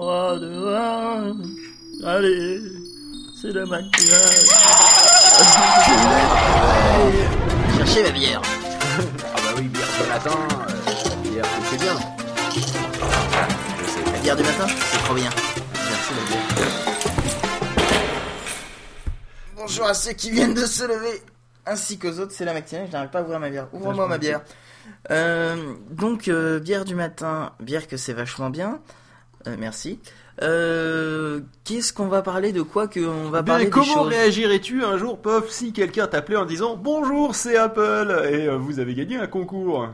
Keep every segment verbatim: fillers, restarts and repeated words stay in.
trois, deux, un. Allez, c'est la matinale. Cherchez ma bière. Ah bah oui, bière du matin, euh, bière que c'est bien. La bière du matin, c'est trop bien. Merci la bière. Bonjour à ceux qui viennent de se lever, ainsi qu'aux autres, c'est la matinale, je n'arrive pas à ouvrir ma bière. Ouvre-moi ma bière. Euh, donc, euh, bière du matin, bière que c'est vachement bien. Euh, merci. Euh, qu'est-ce qu'on va parler de quoi que on va Bien, parler comment des choses... réagirais-tu un jour, pof, si quelqu'un t'appelait en disant bonjour, c'est Apple et euh, vous avez gagné un concours?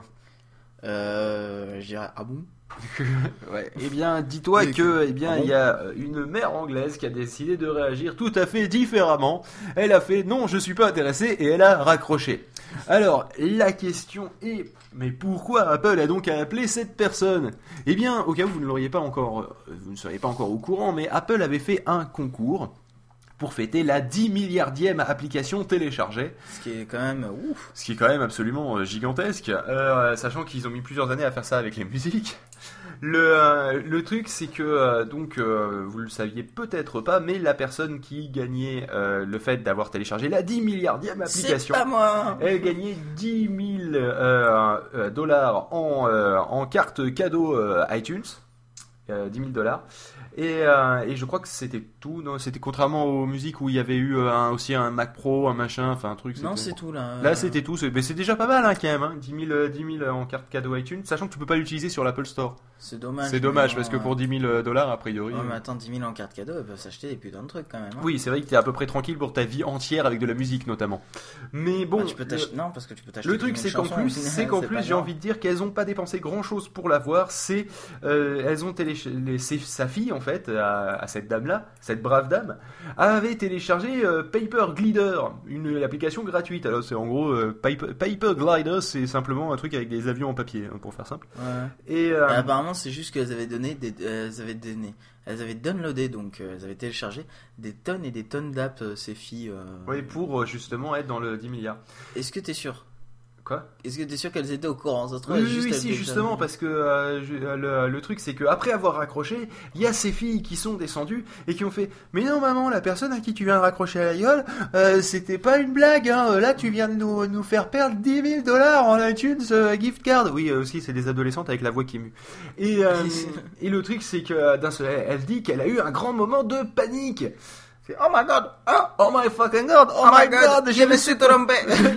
Euh, je dirais ah bon. Ouais. Eh bien, dis-toi Oui, que, eh bien, ah bon il y a une mère anglaise qui a décidé de réagir tout à fait différemment. Elle a fait non, je suis pas intéressée et elle a raccroché. Alors, la question est, mais pourquoi Apple a donc appelé cette personne? Eh bien, au cas où vous ne l'auriez pas encore, vous ne seriez pas encore au courant, mais Apple avait fait un concours pour fêter la dix milliardième application téléchargée. Ce qui est quand même ouf. Ce qui est quand même absolument euh, gigantesque, euh, sachant qu'ils ont mis plusieurs années à faire ça avec les musiques. Le, euh, le truc, c'est que, euh, donc, euh, vous le saviez peut-être pas, mais la personne qui gagnait euh, le fait d'avoir téléchargé la dix milliardième application, c'est pas moi. elle gagnait dix mille euh, euh, dollars en, euh, en carte cadeau euh, iTunes. Euh, dix mille dollars. Et, euh, et je crois que c'était tout. Non, c'était contrairement aux musiques où il y avait eu euh, un, aussi un Mac Pro, un machin, enfin un truc. Non, c'est tout là. Là, c'était tout. C'est, mais c'est déjà pas mal hein, quand même. Hein, dix mille, euh, dix mille en carte cadeau iTunes, sachant que tu peux pas l'utiliser sur l'Apple Store. C'est dommage. C'est dommage non, parce que euh... pour dix mille dollars, a priori. Ouais, mais attends, dix mille en carte cadeau, ils peuvent s'acheter des putains de trucs quand même. Hein. Oui, c'est vrai que t'es à peu près tranquille pour ta vie entière avec de la musique notamment. Mais bon. Ah, tu peux t'acheter... le... Non, parce que tu peux t'acheter. Le truc, c'est qu'en plus, c'est qu'en plus, j'ai envie de dire qu'elles ont pas dépensé grand chose pour l'avoir. C'est, euh, elles ont téléchargé, sa fille en fait, à, à cette dame-là, cette brave dame, avait téléchargé euh, Paper Glider, une application gratuite. Alors c'est en gros euh, Paper, Paper Glider, c'est simplement un truc avec des avions en papier, hein, pour faire simple. Ouais. Et, euh... Et apparemment, c'est juste qu'elles avaient donné, des, euh, elles avaient donné, elles avaient downloadé, donc euh, elles avaient téléchargé des tonnes et des tonnes d'apps, euh, ces filles. Euh... Oui, pour euh, justement être dans le dix milliards. Est-ce que t'es sûr? Quoi? Est-ce que t'es sûr qu'elles étaient au courant? Ça se trouve, Oui, juste oui, si, justement, parce que euh, je, le, le truc, c'est que après avoir raccroché, il y a ces filles qui sont descendues et qui ont fait « Mais non, maman, la personne à qui tu viens de raccrocher à la gueule, euh, c'était pas une blague, hein. Là, tu viens de nous, nous faire perdre dix mille dollars en iTunes euh, gift card. » Oui, euh, aussi, c'est des adolescentes avec la voix qui mue. Et, euh, et le truc, c'est que d'un seul, elle, elle dit qu'elle a eu un grand moment de panique. C'est, oh my god, oh, oh my fucking god, oh, oh my god, god, je me suis trompé.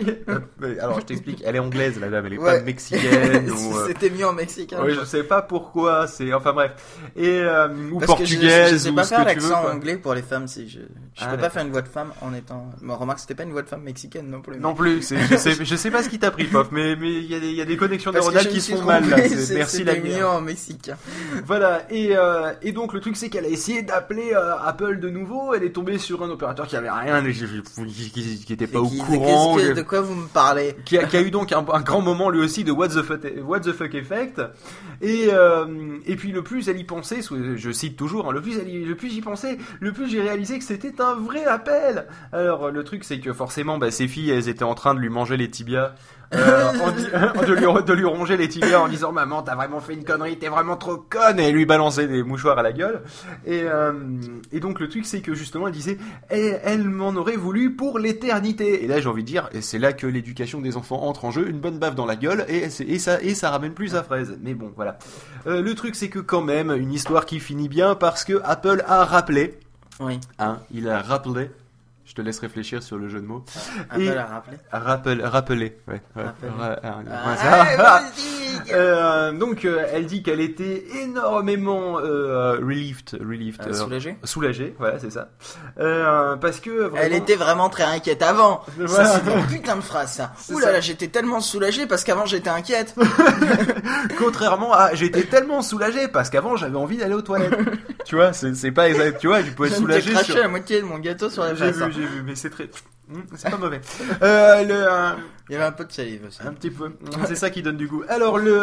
Alors je t'explique, elle est anglaise la dame, elle est ouais. pas mexicaine. ou, euh... C'était mieux en mexicain. Oui, je sais pas pourquoi, c'est enfin bref. Et euh, ou Parce portugaise, je, je sais pas ou faire ce l'accent veux, anglais pour les femmes, si je je ah, peux pas faire une voix de femme en étant. Bon, remarque, c'était pas une voix de femme mexicaine non plus. Non plus, c'est, je sais je sais pas ce qui t'a pris, Pof, mais mais il y a des il y a des connexions neuronales qui se font mal là. C'est, merci la mieux en mexicain. Voilà, et euh, et donc le truc c'est qu'elle a essayé d'appeler euh, Apple de nouveau, elle est tombée sur un opérateur qui avait rien, qui, qui, qui était pas au qui, courant. Que, de quoi vous me parlez? Qui a, qui a eu donc un, un grand moment lui aussi de what the fuck, what the fuck effect. Et euh, et puis le plus elle y pensait, je cite toujours, hein, le plus elle y, le plus j'y pensais, le plus j'ai réalisé que c'était un vrai appel. Alors le truc c'est que forcément, bah, ces filles elles étaient en train de lui manger les tibias. euh, en, de, lui, de lui ronger les tibias en disant maman t'as vraiment fait une connerie, t'es vraiment trop conne, et lui balancer des mouchoirs à la gueule. Et, euh, et donc le truc c'est que justement elle disait elle, elle m'en aurait voulu pour l'éternité. Et là j'ai envie de dire, et c'est là que l'éducation des enfants entre en jeu, une bonne baffe dans la gueule et, et, ça, et ça ramène plus à fraise. Mais bon voilà. Euh, le truc c'est que quand même une histoire qui finit bien parce que Apple a rappelé. Oui. Hein, il a rappelé. Je te laisse réfléchir sur le jeu de mots. Apple et a rappelé. Rappel, rappeler, ouais. ouais. Rappel. Ah, ah, euh, donc, euh, elle dit qu'elle était énormément euh, relieved, relieved, euh, soulagée. Euh, soulagée, voilà, c'est ça. Euh, parce que vraiment... elle était vraiment très inquiète avant. Voilà. Ça, c'est une putain de phrase, ça. Ouh là là, j'étais tellement soulagée parce qu'avant j'étais inquiète. Contrairement à, j'étais tellement soulagée parce qu'avant j'avais envie d'aller aux toilettes. Tu vois, c'est, c'est pas exact. Tu vois, tu peux être soulagé. J'ai craché sur... la moitié de mon gâteau sur la j'ai face. Vu, j'ai vu, mais c'est très, c'est pas mauvais. Euh, le, euh... Il y avait un peu de salive aussi. Un petit peu. C'est ça qui donne du goût. Alors le,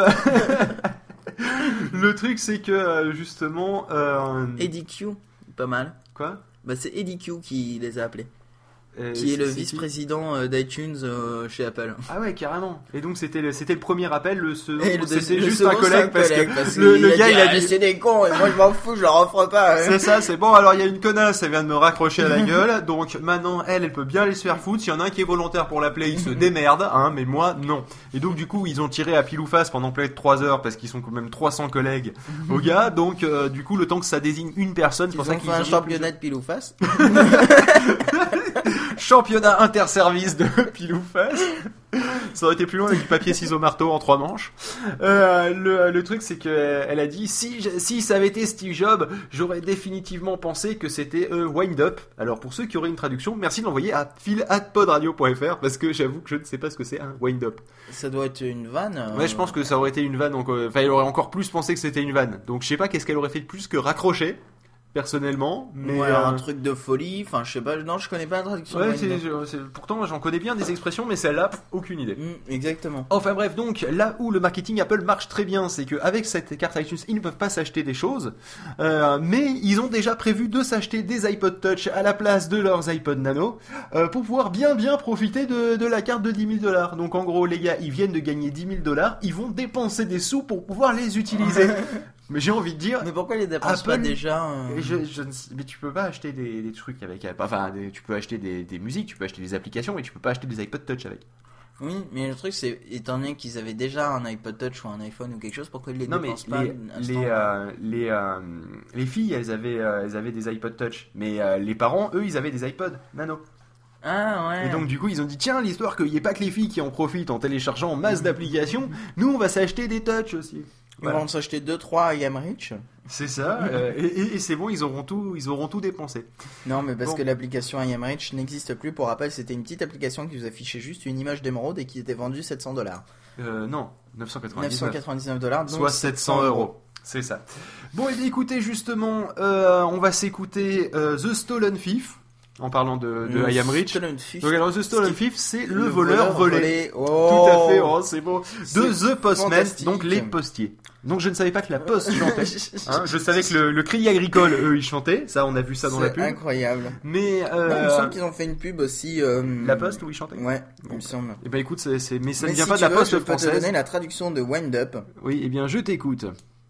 le truc c'est que justement. Euh... Eddie Q, pas mal. Quoi? Bah c'est Eddie Q qui les a appelés. Euh, qui est le c'est vice-président euh, d'iTunes euh, chez Apple. Ah ouais, carrément. Et donc c'était le, c'était le premier appel, le second, Et le c'était le juste second, un collègue c'est un parce collègue, que parce le, qu'il le a gars dit, il a ah, dit c'est des cons, et moi je m'en fous, je leur offre pas. hein. c'est ça, c'est bon. Alors il y a une connasse, elle vient de me raccrocher à la gueule. Donc maintenant elle, elle peut bien aller se faire foutre. S'il y en a un qui est volontaire pour l'appeler, il se démerde, hein. Mais moi non. Et donc du coup ils ont tiré à pile ou face pendant près de trois heures parce qu'ils sont quand même trois cents collègues au gars. Donc euh, du coup le temps que ça désigne une personne, c'est Ils pour ont ça fait qu'ils un ont championnat de pile ou face. championnat interservice de pile ou face. Ça aurait été plus loin avec du papier ciseaux marteau en trois manches. Euh, le, le truc c'est que elle a dit si je- si ça avait été Steve Jobs, j'aurais définitivement pensé que c'était euh, wind up. Alors pour ceux qui auraient une traduction, merci de l'envoyer à phil arobase podradio point f r parce que j'avoue que je ne sais pas ce que c'est un wind up. Ça doit être une vanne. euh, Ouais, je pense que ça aurait été une vanne. donc, euh, Enfin, elle aurait encore plus pensé que c'était une vanne. Donc je sais pas qu'est-ce qu'elle aurait fait de plus que raccrocher. Personnellement, mais ouais, euh, un truc de folie, enfin je sais pas, non je connais pas la traduction. de ouais, wind c'est, up. je- c'est- pourtant j'en connais bien des expressions, mais celle-là, pff, aucune idée. Mm, exactement. Enfin bref, donc là où le marketing Apple marche très bien, c'est qu'avec cette carte iTunes, ils ne peuvent pas s'acheter des choses, euh, mais ils ont déjà prévu de s'acheter des iPod Touch à la place de leurs iPod Nano euh, pour pouvoir bien bien profiter de, de la carte de dix mille dollars. Donc en gros, les gars, ils viennent de gagner dix mille dollars, ils vont dépenser des sous pour pouvoir les utiliser. Mais j'ai envie de dire, Mais pourquoi les dépensent Apple- pas déjà euh, et je, je ne sais- mais tu peux pas acheter des, des trucs avec, enfin, des- tu peux acheter des, des musiques, tu peux acheter des applications, mais tu peux pas acheter des iPod Touch avec. Oui, mais le truc c'est, étant donné qu'ils avaient déjà un iPod Touch ou un iPhone ou quelque chose, pourquoi ils les Non mais dépensent pas les instant les, euh, les, euh, les filles elles avaient euh, elles avaient des iPod Touch, mais euh, les parents eux ils avaient des iPod Nano. Ah ouais. Et donc du coup ils ont dit tiens, l'histoire qu'il y ait pas que les filles qui en profitent en téléchargeant en masse d'applications, nous on va s'acheter des Touch aussi. Ils Voilà. vont s'acheter deux trois I Am Rich. C'est ça, euh, et, et- et c'est bon, ils auront tout ils auront tout dépensé. Non, mais parce Bon. que l'application I Am Rich n'existe plus. Pour rappel, c'était une petite application qui vous affichait juste une image d'émeraude et qui était vendue sept cents dollars. Euh, non, neuf cent neuf quatre-vingt-dix-neuf. cent quatre-vingt-dix-neuf dollars, Soit sept cents euros. C'est ça. Bon, et bien écoutez, justement, euh, on va s'écouter euh, The Stolen Thief, en parlant de, de I Am Rich. Donc alors, The Stolen Thief, c'est le, voleur, volé. Oh. Tout à fait, oh, c'est beau. De C'est The Postman, fantastique. donc les postiers. Donc je ne savais pas que la poste chantait. Hein, je savais que le, le Crédit Agricole, eux, ils chantaient. Ça, on a vu ça dans la C'est pub. incroyable. Mais Non, il me euh, semble qu'ils ont fait une pub aussi. euh, la poste où ils chantaient. Ouais, il me semble. Eh ben écoute, c'est, c'est... mais ça Mais ne vient si pas de tu la veux, poste je peux te française. donner la traduction de Wind Up. Oui, eh bien je t'écoute.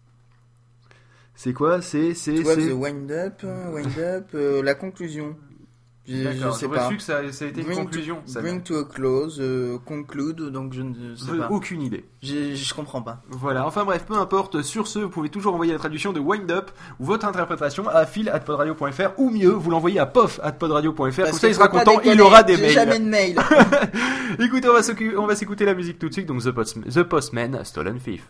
C'est quoi? C'est c'est Tu vois, c'est. The Wind Up, euh, Wind Up, euh, la conclusion. Je, je D'accord, sais j'aurais pas. su que ça, ça a été une Bring conclusion. To, ça bring to a close, euh, conclude, donc je ne sais J'ai pas. aucune idée. Je, je comprends pas. Voilà, enfin bref, peu importe. Sur ce, vous pouvez toujours envoyer la traduction de Wind Up ou votre interprétation à phil arobase podradio point f r ou mieux, vous l'envoyez à pof arobase podradio point f r. Comme ça, que il sera faut pas content, il déconner, aura des j'ai mails. jamais de mail. Écoutez, on va, s'occu- on va s'écouter la musique tout de suite. Donc The, Post- The Postman, Stolen Thief.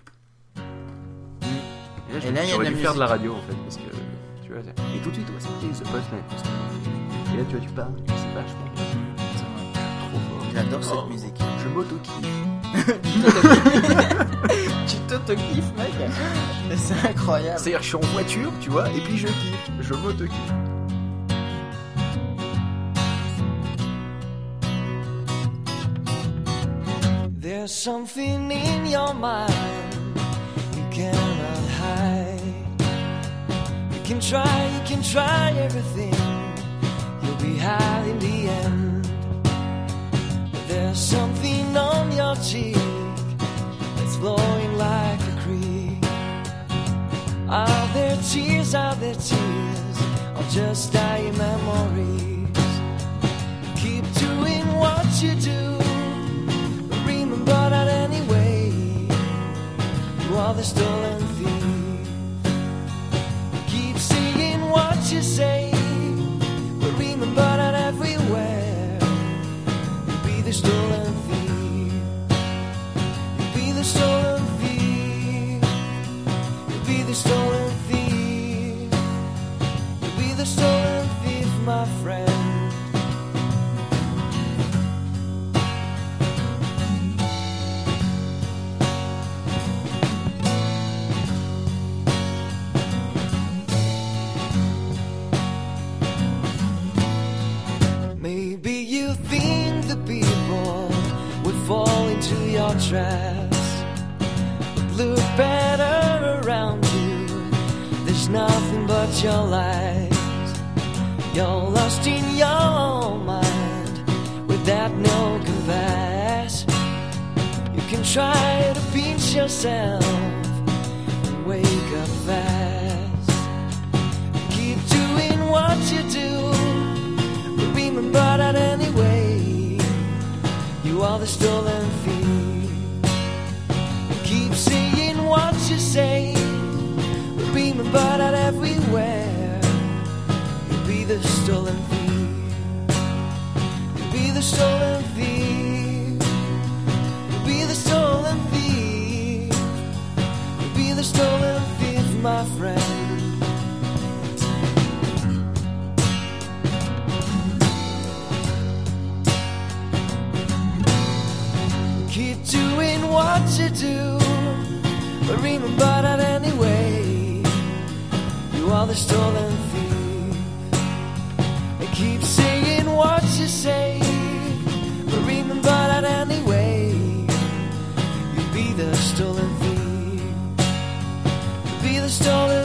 Et là, je- Et là, il y a j'aurais de dû la faire de la musique. radio en fait, parce que tu vois. Et tout de suite, on va s'écouter The Postman, Stolen Thief. Et là, tu vois, tu parles, c'est vachement bien. Trop fort. J'adore Oh, cette musique. Je m'auto-kiffe. Tu t'auto-kiffes, mec. C'est incroyable. C'est-à-dire, je suis en voiture, tu vois, et puis je kiffe. Je m'auto-kiffe. There's something in your mind you cannot hide. You can try, you can try everything. You'll be high in the end. But there's something on your cheek that's flowing like a creek. Are there tears, are there tears, or just dying memories? Keep doing what you do. Remember that anyway, you are the stolen thief. Keep saying what you say, but remember that everywhere, you'll be the stolen thief. You'll be the stolen thief. You'll be the stolen thief. You'll be the stolen thief, my friend. Maybe you think the people would fall into your traps, but look better around you. There's nothing but your lies. You're lost in your mind. that no can pass. You can try to pinch yourself and wake up fast. Keep doing what you do, but remember that anyway, you are the stolen thief. Keep saying what you say, but remember that everywhere, you'll be the stolen thief. You'll be the stolen thief. You'll be the stolen thief. You'll be the stolen thief, my friend. Keep doing what you do, but remember that anyway, you are the stolen thief. And keep saying what you say, but remember that anyway, you'll be the stolen thief. You'll be the stolen